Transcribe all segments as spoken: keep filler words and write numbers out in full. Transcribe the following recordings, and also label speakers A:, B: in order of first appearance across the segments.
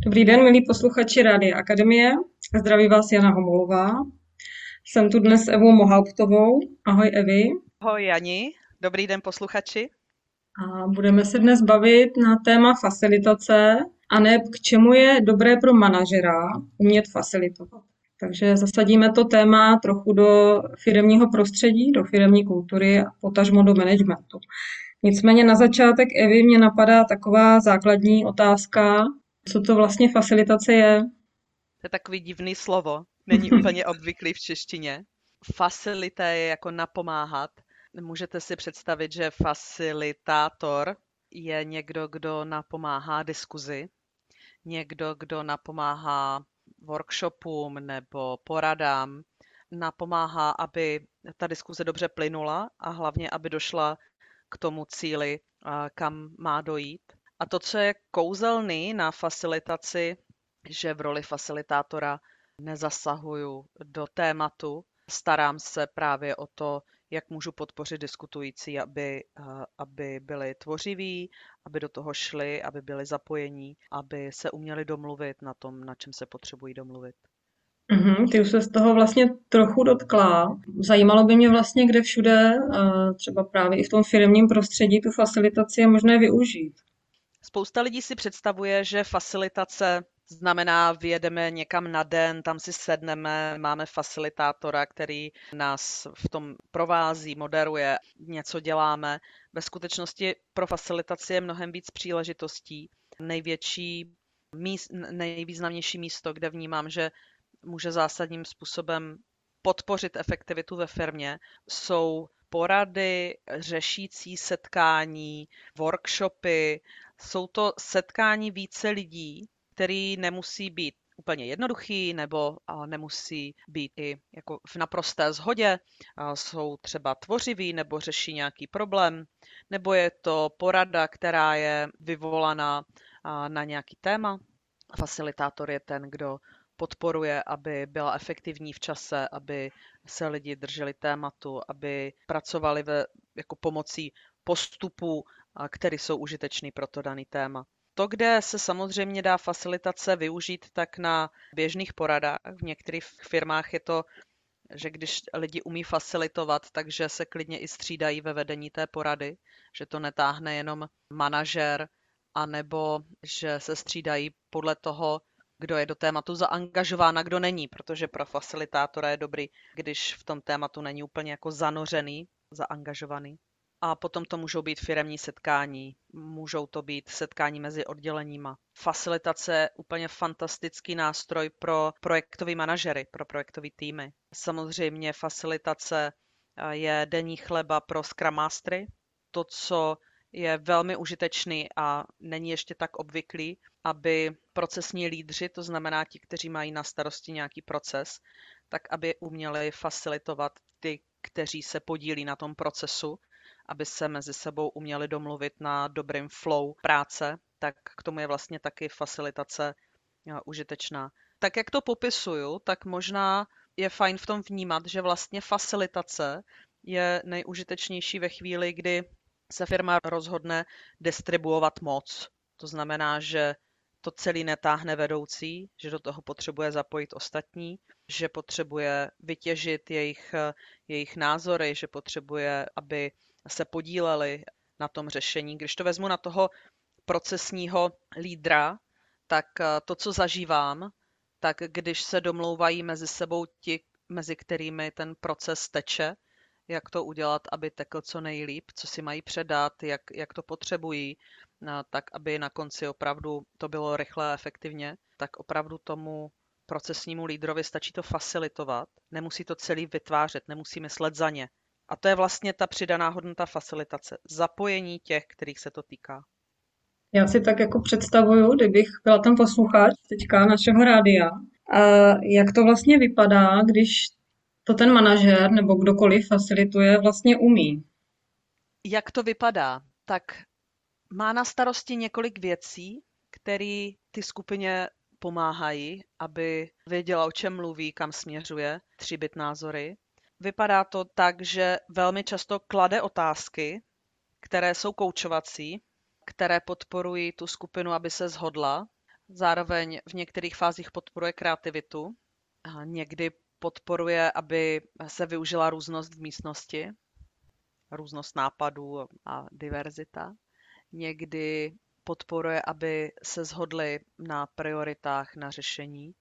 A: Dobrý den, milí posluchači Rádia Akademie. Zdraví vás Jana Homolová. Jsem tu dnes s Evou Mohauptovou. Ahoj Evi.
B: Ahoj Jani, dobrý den posluchači.
A: A budeme se dnes bavit na téma facilitace a ne k čemu je dobré pro manažera umět facilitovat. Takže zasadíme to téma trochu do firemního prostředí, do firemní kultury a potažmo do managementu. Nicméně na začátek, Evi, mě napadá taková základní otázka, co to vlastně facilitace je.
B: To je takový divný slovo, není úplně obvyklý v češtině. Facilita je jako napomáhat. Můžete si představit, že facilitátor je někdo, kdo napomáhá diskuzi, někdo, kdo napomáhá workshopům nebo poradám, napomáhá, aby ta diskuze dobře plynula a hlavně, aby došla k tomu cíli, a kam má dojít. A to, co je kouzelný na facilitaci, že v roli facilitátora nezasahuju do tématu, starám se právě o to, jak můžu podpořit diskutující, aby, aby byli tvořiví, aby do toho šli, aby byli zapojení, aby se uměli domluvit na tom, na čem se potřebují domluvit.
A: Mhm, ty už se z toho vlastně trochu dotkla. Zajímalo by mě vlastně, kde všude, eh, třeba právě i v tom firemním prostředí, tu facilitaci je možné využít.
B: Spousta lidí si představuje, že facilitace znamená, vyjedeme někam na den, tam si sedneme, máme facilitátora, který nás v tom provází, moderuje, něco děláme. Ve skutečnosti pro facilitaci je mnohem víc příležitostí. Největší, míst, nejvýznamnější místo, kde vnímám, že může zásadním způsobem podpořit efektivitu ve firmě, jsou porady, řešící setkání, workshopy. Jsou to setkání více lidí, který nemusí být úplně jednoduchý nebo nemusí být i jako v naprosté shodě. Jsou třeba tvořiví nebo řeší nějaký problém, nebo je to porada, která je vyvolaná na nějaký téma. Facilitátor je ten, kdo podporuje, aby byla efektivní v čase, aby se lidi drželi tématu, aby pracovali ve, jako pomocí postupů, které jsou užitečný pro to daný téma. To, kde se samozřejmě dá facilitace využít, tak na běžných poradách. V některých firmách je to, že když lidi umí facilitovat, takže se klidně i střídají ve vedení té porady, že to netáhne jenom manažer, anebo že se střídají podle toho, kdo je do tématu zaangažován a kdo není, protože pro facilitátora je dobrý, když v tom tématu není úplně jako zanořený, zaangažovaný. A potom to můžou být firemní setkání, můžou to být setkání mezi odděleníma. Facilitace je úplně fantastický nástroj pro projektový manažery, pro projektový týmy. Samozřejmě facilitace je denní chleba pro Scrum Mastery. To, co je velmi užitečný a není ještě tak obvyklý, aby procesní lídři, to znamená ti, kteří mají na starosti nějaký proces, tak aby uměli facilitovat ty, kteří se podílí na tom procesu, aby se mezi sebou uměli domluvit na dobrým flow práce, tak k tomu je vlastně taky facilitace užitečná. Tak jak to popisuju, tak možná je fajn v tom vnímat, že vlastně facilitace je nejužitečnější ve chvíli, kdy se firma rozhodne distribuovat moc. To znamená, že to celý netáhne vedoucí, že do toho potřebuje zapojit ostatní, že potřebuje vytěžit jejich, jejich názory, že potřebuje, aby se podíleli na tom řešení. Když to vezmu na toho procesního lídra, tak to, co zažívám, tak když se domlouvají mezi sebou ti, mezi kterými ten proces teče, jak to udělat, aby tekl co nejlíp, co si mají předat, jak, jak to potřebují, tak aby na konci opravdu to bylo rychle a efektivně, tak opravdu tomu procesnímu lídrovi stačí to facilitovat, nemusí to celý vytvářet, nemusí myslet za ně. A to je vlastně ta přidaná hodnota facilitace, zapojení těch, kterých se to týká.
A: Já si tak jako představuju, kdybych byla ten posluchač teďka našeho rádia, a jak to vlastně vypadá, když to ten manažer nebo kdokoliv facilituje vlastně umí.
B: Jak to vypadá? Tak má na starosti několik věcí, které ty skupině pomáhají, aby věděla, o čem mluví, kam směřuje, tříbit názory. Vypadá to tak, že velmi často klade otázky, které jsou koučovací, které podporují tu skupinu, aby se shodla. Zároveň v některých fázích podporuje kreativitu. A někdy podporuje, aby se využila různost v místnosti, různost nápadů a diverzita. Někdy podporuje, aby se shodli na prioritách, na řešení.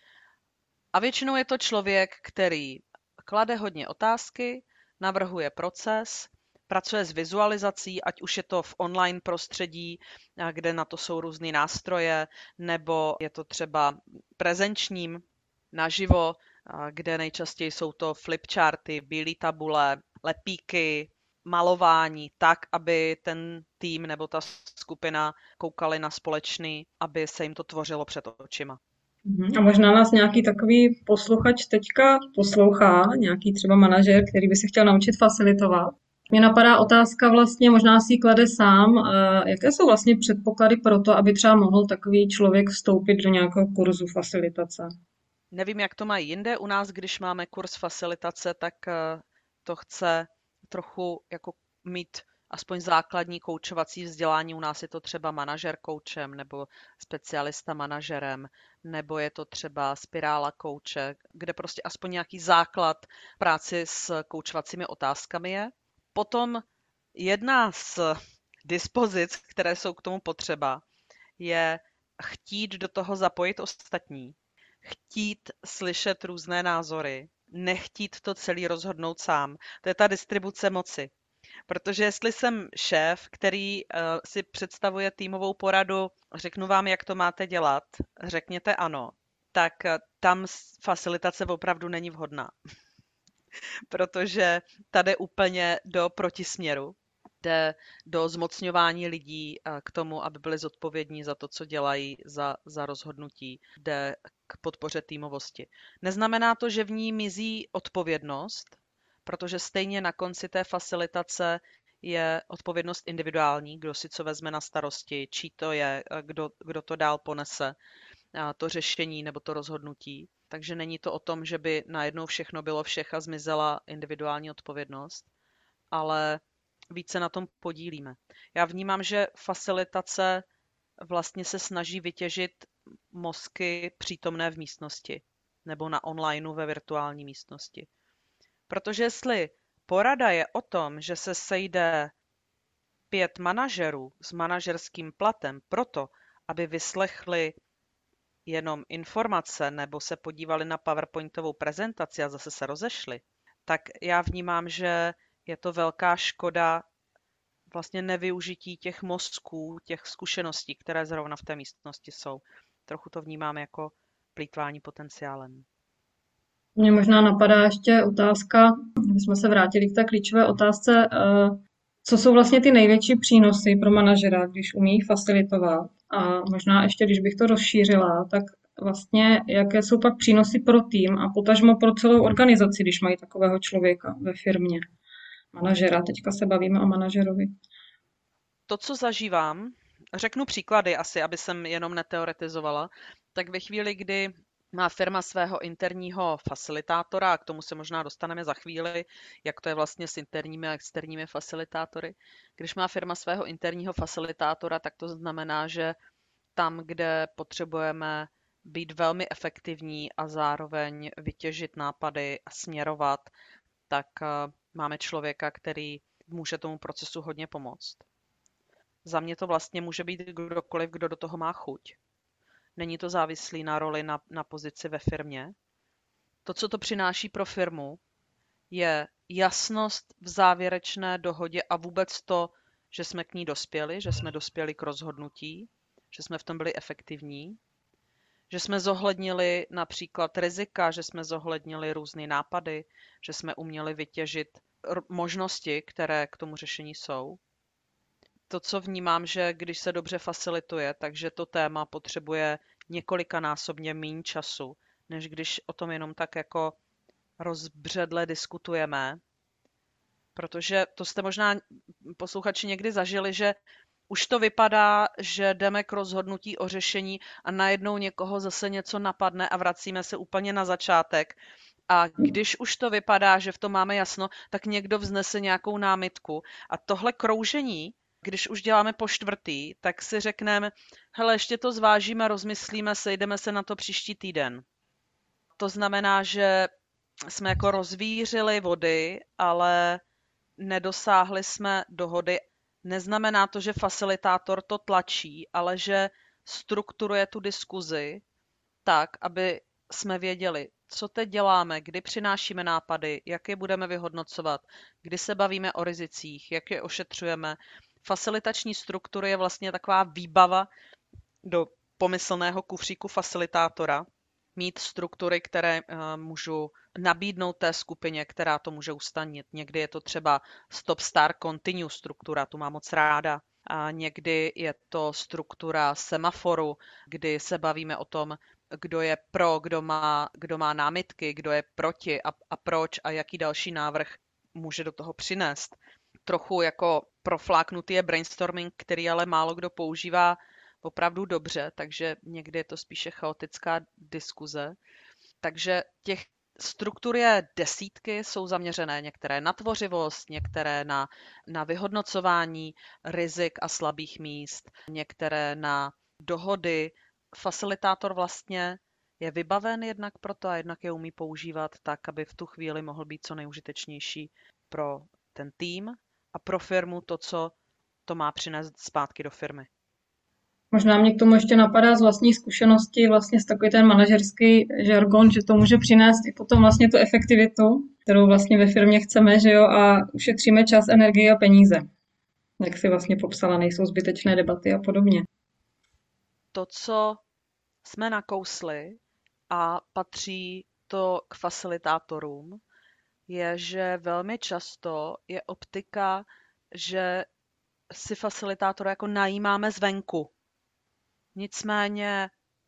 B: A většinou je to člověk, který klade hodně otázky, navrhuje proces, pracuje s vizualizací, ať už je to v online prostředí, kde na to jsou různé nástroje, nebo je to třeba prezenčním, naživo, kde nejčastěji jsou to flipcharty, bílé tabule, lepíky, malování, tak, aby ten tým nebo ta skupina koukali na společný, aby se jim to tvořilo před očima.
A: A možná nás nějaký takový posluchač teďka poslouchá, nějaký třeba manažer, který by se chtěl naučit facilitovat. Mě napadá otázka vlastně, možná si ji klade sám, jaké jsou vlastně předpoklady pro to, aby třeba mohl takový člověk vstoupit do nějakého kurzu facilitace?
B: Nevím, jak to mají jinde. U nás, když máme kurz facilitace, tak to chce trochu jako mít aspoň základní koučovací vzdělání. U nás je to třeba manažer koučem nebo specialista manažerem, nebo je to třeba spirála kouče, kde prostě aspoň nějaký základ práci s koučovacími otázkami je. Potom jedna z dispozic, které jsou k tomu potřeba, je chtít do toho zapojit ostatní, chtít slyšet různé názory, nechtít to celý rozhodnout sám. To je ta distribuce moci. Protože jestli jsem šéf, který uh, si představuje týmovou poradu, řeknu vám, jak to máte dělat, řekněte ano, tak uh, tam facilitace opravdu není vhodná. Protože tady úplně do protisměru, jde do zmocňování lidí k tomu, aby byli zodpovědní za to, co dělají, za, za rozhodnutí, jde k podpoře týmovosti. Neznamená to, že v ní mizí odpovědnost, protože stejně na konci té facilitace je odpovědnost individuální, kdo si co vezme na starosti, čí to je, kdo, kdo to dál ponese, to řešení nebo to rozhodnutí. Takže není to o tom, že by najednou všechno bylo všech a zmizela individuální odpovědnost, ale více na tom podílíme. Já vnímám, že facilitace vlastně se snaží vytěžit mozky přítomné v místnosti nebo na onlineu ve virtuální místnosti. Protože jestli porada je o tom, že se sejde pět manažerů s manažerským platem proto, aby vyslechli jenom informace nebo se podívali na PowerPointovou prezentaci a zase se rozešli, tak já vnímám, že je to velká škoda vlastně nevyužití těch mozků, těch zkušeností, které zrovna v té místnosti jsou. Trochu to vnímám jako plýtvání potenciálem.
A: Mně možná napadá ještě otázka, aby jsme se vrátili k té klíčové otázce, co jsou vlastně ty největší přínosy pro manažera, když umí facilitovat. A možná ještě, když bych to rozšířila, tak vlastně jaké jsou pak přínosy pro tým a potažmo pro celou organizaci, když mají takového člověka ve firmě. Manažera, teďka se bavíme o manažerovi.
B: To, co zažívám, řeknu příklady asi, aby jsem jenom neteoretizovala, tak ve chvíli, kdy má firma svého interního facilitátora, a k tomu se možná dostaneme za chvíli, jak to je vlastně s interními a externími facilitátory. Když má firma svého interního facilitátora, tak to znamená, že tam, kde potřebujeme být velmi efektivní a zároveň vytěžit nápady a směrovat, tak máme člověka, který může tomu procesu hodně pomoct. Za mě to vlastně může být kdokoliv, kdo do toho má chuť. Není to závislý na roli, na, na pozici ve firmě. To, co to přináší pro firmu, je jasnost v závěrečné dohodě a vůbec to, že jsme k ní dospěli, že jsme dospěli k rozhodnutí, že jsme v tom byli efektivní, že jsme zohlednili například rizika, že jsme zohlednili různé nápady, že jsme uměli vytěžit možnosti, které k tomu řešení jsou. To, co vnímám, že když se dobře facilituje, takže to téma potřebuje několikanásobně méně času, než když o tom jenom tak jako rozbředle diskutujeme. Protože to jste možná posluchači někdy zažili, že už to vypadá, že jdeme k rozhodnutí o řešení a najednou někoho zase něco napadne a vracíme se úplně na začátek. A když už to vypadá, že v tom máme jasno, tak někdo vznese nějakou námitku. A tohle kroužení Když už děláme po čtvrtý, tak si řekneme, hele, ještě to zvážíme, rozmyslíme, sejdeme se na to příští týden. To znamená, že jsme jako rozvířili vody, ale nedosáhli jsme dohody. Neznamená to, že facilitátor to tlačí, ale že strukturuje tu diskuzi tak, aby jsme věděli, co teď děláme, kdy přinášíme nápady, jak je budeme vyhodnocovat, kdy se bavíme o rizicích, jak je ošetřujeme. Facilitační struktury je vlastně taková výbava do pomyslného kufříku facilitátora, mít struktury, které uh, můžu nabídnout té skupině, která to může ustanit. Někdy je to třeba stop start continue struktura, tu mám moc ráda. A někdy je to struktura semaforu, kdy se bavíme o tom, kdo je pro, kdo má, kdo má námitky, kdo je proti a, a proč a jaký další návrh může do toho přinést. Trochu jako profláknutý je brainstorming, který ale málo kdo používá opravdu dobře, takže někdy je to spíše chaotická diskuze. Takže těch struktur je desítky, jsou zaměřené některé na tvořivost, některé na, na vyhodnocování rizik a slabých míst, některé na dohody. Facilitátor vlastně je vybaven jednak proto a jednak je umí používat tak, aby v tu chvíli mohl být co nejužitečnější pro ten tým a pro firmu to, co to má přinést zpátky do firmy.
A: Možná mě k tomu ještě napadá z vlastní zkušenosti vlastně z takový ten manažerský žargon, že to může přinést i potom vlastně tu efektivitu, kterou vlastně ve firmě chceme, že jo, a ušetříme čas, energii a peníze. Jak si vlastně popsala, nejsou zbytečné debaty a podobně.
B: To, co jsme nakousli a patří to k facilitátorům, je, že velmi často je optika, že si facilitátora jako najímáme zvenku. Nicméně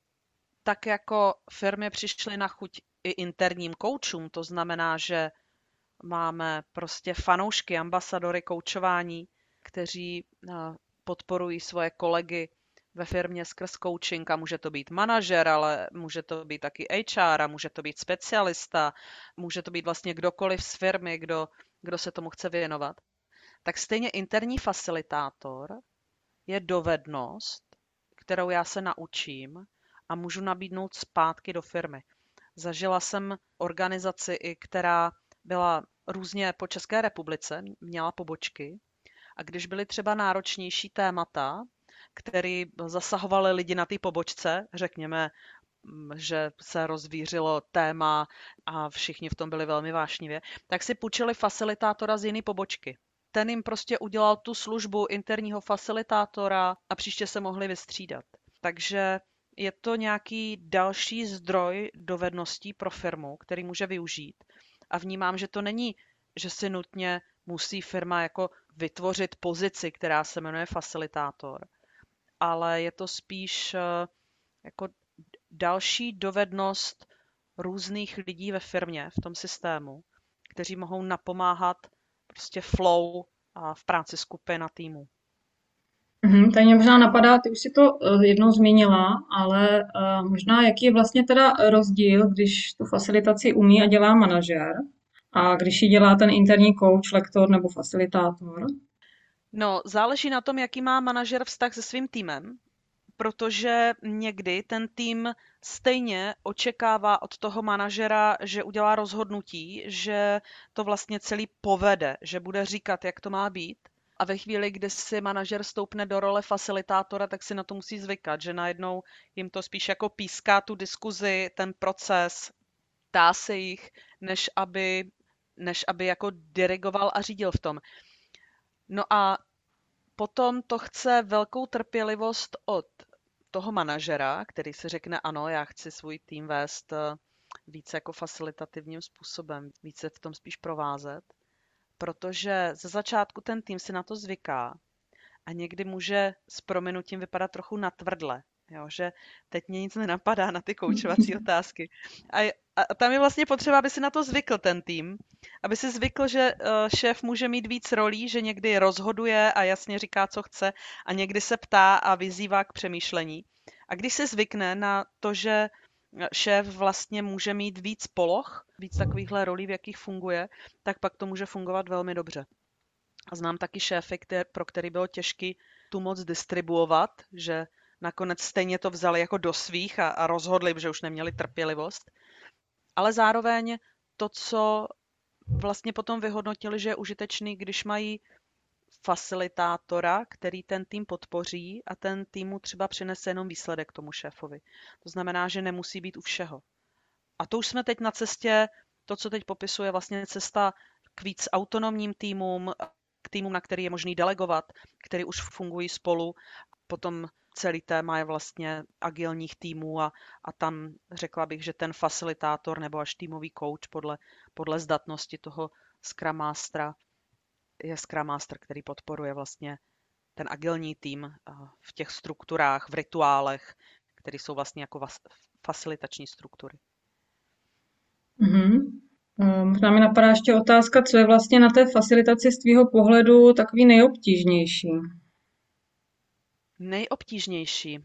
B: tak jako firmy přišly na chuť i interním koučům, to znamená, že máme prostě fanoušky, ambasadory koučování, kteří podporují svoje kolegy ve firmě skrz coaching a může to být manažer, ale může to být taky H R a může to být specialista, může to být vlastně kdokoliv z firmy, kdo, kdo se tomu chce věnovat. Tak stejně interní facilitátor je dovednost, kterou já se naučím a můžu nabídnout zpátky do firmy. Zažila jsem organizaci, i která byla různě po České republice, měla pobočky a když byly třeba náročnější témata, které zasahovaly lidi na té pobočce, řekněme, že se rozvířilo téma a všichni v tom byli velmi vášnivě, tak si půjčili facilitátora z jiné pobočky. Ten jim prostě udělal tu službu interního facilitátora a příště se mohli vystřídat. Takže je to nějaký další zdroj dovedností pro firmu, který může využít. A vnímám, že to není, že si nutně musí firma jako vytvořit pozici, která se jmenuje facilitátor, ale je to spíš jako další dovednost různých lidí ve firmě, v tom systému, kteří mohou napomáhat prostě flow a v práci skupin a týmu.
A: Mhm, tak mě možná napadá, ty už si to uh, jednou zmínila, ale uh, možná jaký je vlastně teda rozdíl, když tu facilitaci umí a dělá manažer a když ji dělá ten interní coach, lektor nebo facilitátor?
B: No, záleží na tom, jaký má manažer vztah se svým týmem, protože někdy ten tým stejně očekává od toho manažera, že udělá rozhodnutí, že to vlastně celý povede, že bude říkat, jak to má být. A ve chvíli, kdy si manažer stoupne do role facilitátora, tak si na to musí zvykat, že najednou jim to spíš jako píská tu diskuzi, ten proces, ptá se jich, než aby, než aby jako dirigoval a řídil v tom. No a potom to chce velkou trpělivost od toho manažera, který si řekne, ano, já chci svůj tým vést více jako facilitativním způsobem, více v tom spíš provázet, protože ze začátku ten tým si na to zvyká a někdy může s prominutím vypadat trochu natvrdle, jo, že teď mě nic nenapadá na ty koučovací otázky. A, a tam je vlastně potřeba, aby si na to zvykl ten tým, aby si zvykl, že uh, šéf může mít víc rolí, že někdy rozhoduje a jasně říká, co chce a někdy se ptá a vyzývá k přemýšlení. A když se zvykne na to, že šéf vlastně může mít víc poloh, víc takovýchhle rolí, v jakých funguje, tak pak to může fungovat velmi dobře. A znám taky šéfy, kter- pro který bylo těžké tu moc distribuovat, že nakonec stejně to vzali jako do svých a, a rozhodli, že už neměli trpělivost. Ale zároveň to, co vlastně potom vyhodnotili, že je užitečný, když mají facilitátora, který ten tým podpoří a ten tým mu třeba přinese jenom výsledek tomu šéfovi. To znamená, že nemusí být u všeho. A to už jsme teď na cestě, to, co teď popisuje, vlastně cesta k víc autonomním týmům, k týmům, na který je možný delegovat, který už fungují spolu. Potom celý téma je vlastně agilních týmů a, a tam řekla bych, že ten facilitátor nebo až týmový coach podle, podle zdatnosti toho Scrum Mastera je Scrum Master, který podporuje vlastně ten agilní tým v těch strukturách, v rituálech, které jsou vlastně jako facilitační struktury.
A: Mhm. Eh, Možná mi napadá ještě otázka, co je vlastně na té facilitaci z tvýho pohledu takový nejobtížnější.
B: Nejobtížnější.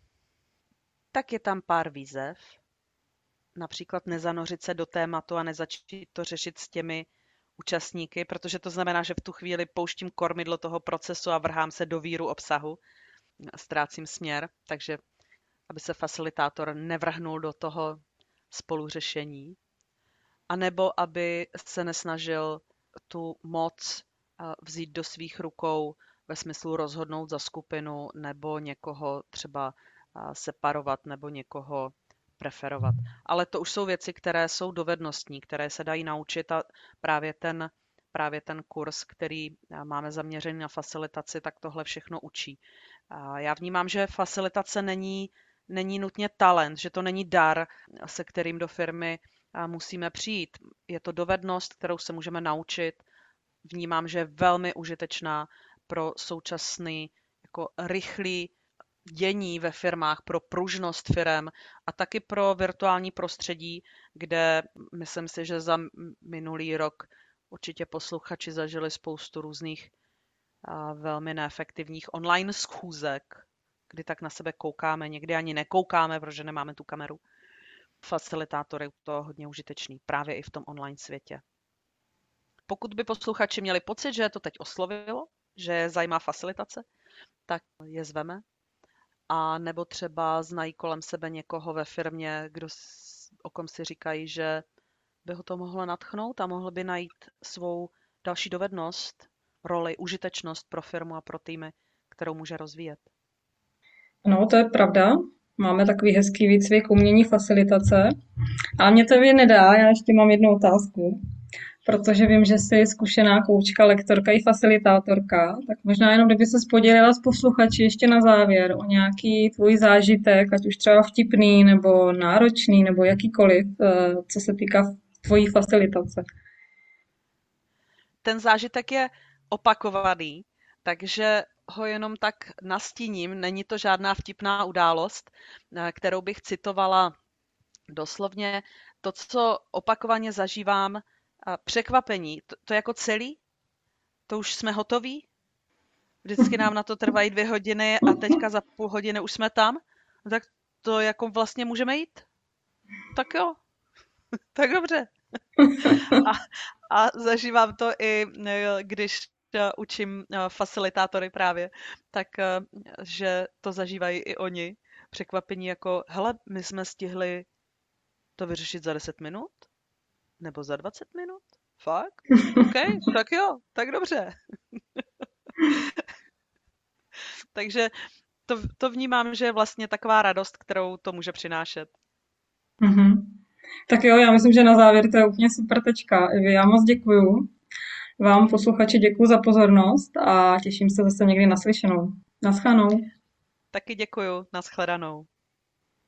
B: Tak je tam pár výzev. Například nezanořit se do tématu a nezačít to řešit s těmi účastníky, protože to znamená, že v tu chvíli pouštím kormidlo toho procesu a vrhám se do víru obsahu. Ztrácím směr, takže aby se facilitátor nevrhnul do toho spoluřešení. A nebo aby se nesnažil tu moc vzít do svých rukou ve smyslu rozhodnout za skupinu nebo někoho třeba separovat nebo někoho preferovat. Ale to už jsou věci, které jsou dovednostní, které se dají naučit a právě ten, právě ten kurz, který máme zaměřený na facilitaci, tak tohle všechno učí. A já vnímám, že facilitace není, není nutně talent, že to není dar, se kterým do firmy musíme přijít. Je to dovednost, kterou se můžeme naučit. Vnímám, že je velmi užitečná pro současný jako rychlý dění ve firmách, pro pružnost firem a taky pro virtuální prostředí, kde myslím si, že za minulý rok určitě posluchači zažili spoustu různých a velmi neefektivních online schůzek, kdy tak na sebe koukáme, někdy ani nekoukáme, protože nemáme tu kameru. Facilitátor je to hodně užitečný, právě i v tom online světě. Pokud by posluchači měli pocit, že je to teď oslovilo, že je zajímá facilitace, tak je zveme. A nebo třeba znají kolem sebe někoho ve firmě, kdo, o kom si říkají, že by ho to mohlo nadchnout a mohl by najít svou další dovednost, roli, užitečnost pro firmu a pro týmy, kterou může rozvíjet.
A: No, to je pravda. Máme takový hezký výcvik umění facilitace. A mě to ví nedá, já ještě mám jednu otázku. Protože vím, že jsi zkušená koučka, lektorka i facilitátorka, tak možná jenom kdyby se podělila s posluchači ještě na závěr o nějaký tvůj zážitek, ať už třeba vtipný nebo náročný nebo jakýkoliv, co se týká tvojí facilitace.
B: Ten zážitek je opakovaný, takže ho jenom tak nastíním. Není to žádná vtipná událost, kterou bych citovala doslovně. To, co opakovaně zažívám, překvapení, to, to jako celý, to už jsme hotoví. Vždycky nám na to trvají dvě hodiny a teďka za půl hodiny už jsme tam. Tak to jako vlastně můžeme jít? Tak jo, tak dobře. A, a zažívám to i, když učím facilitátory právě, tak že to zažívají i oni. Překvapení jako, hele, my jsme stihli to vyřešit za deset minut? Nebo za dvacet minut? Fakt? OK, tak jo, tak dobře. Takže to, to vnímám, že je vlastně taková radost, kterou to může přinášet.
A: Mm-hmm. Tak jo, já myslím, že na závěr to je úplně super tečka. Evi, já moc děkuju. Vám, posluchači, děkuju za pozornost a těším se zase někdy naslyšenou. Naschledanou.
B: Taky děkuju, nashledanou.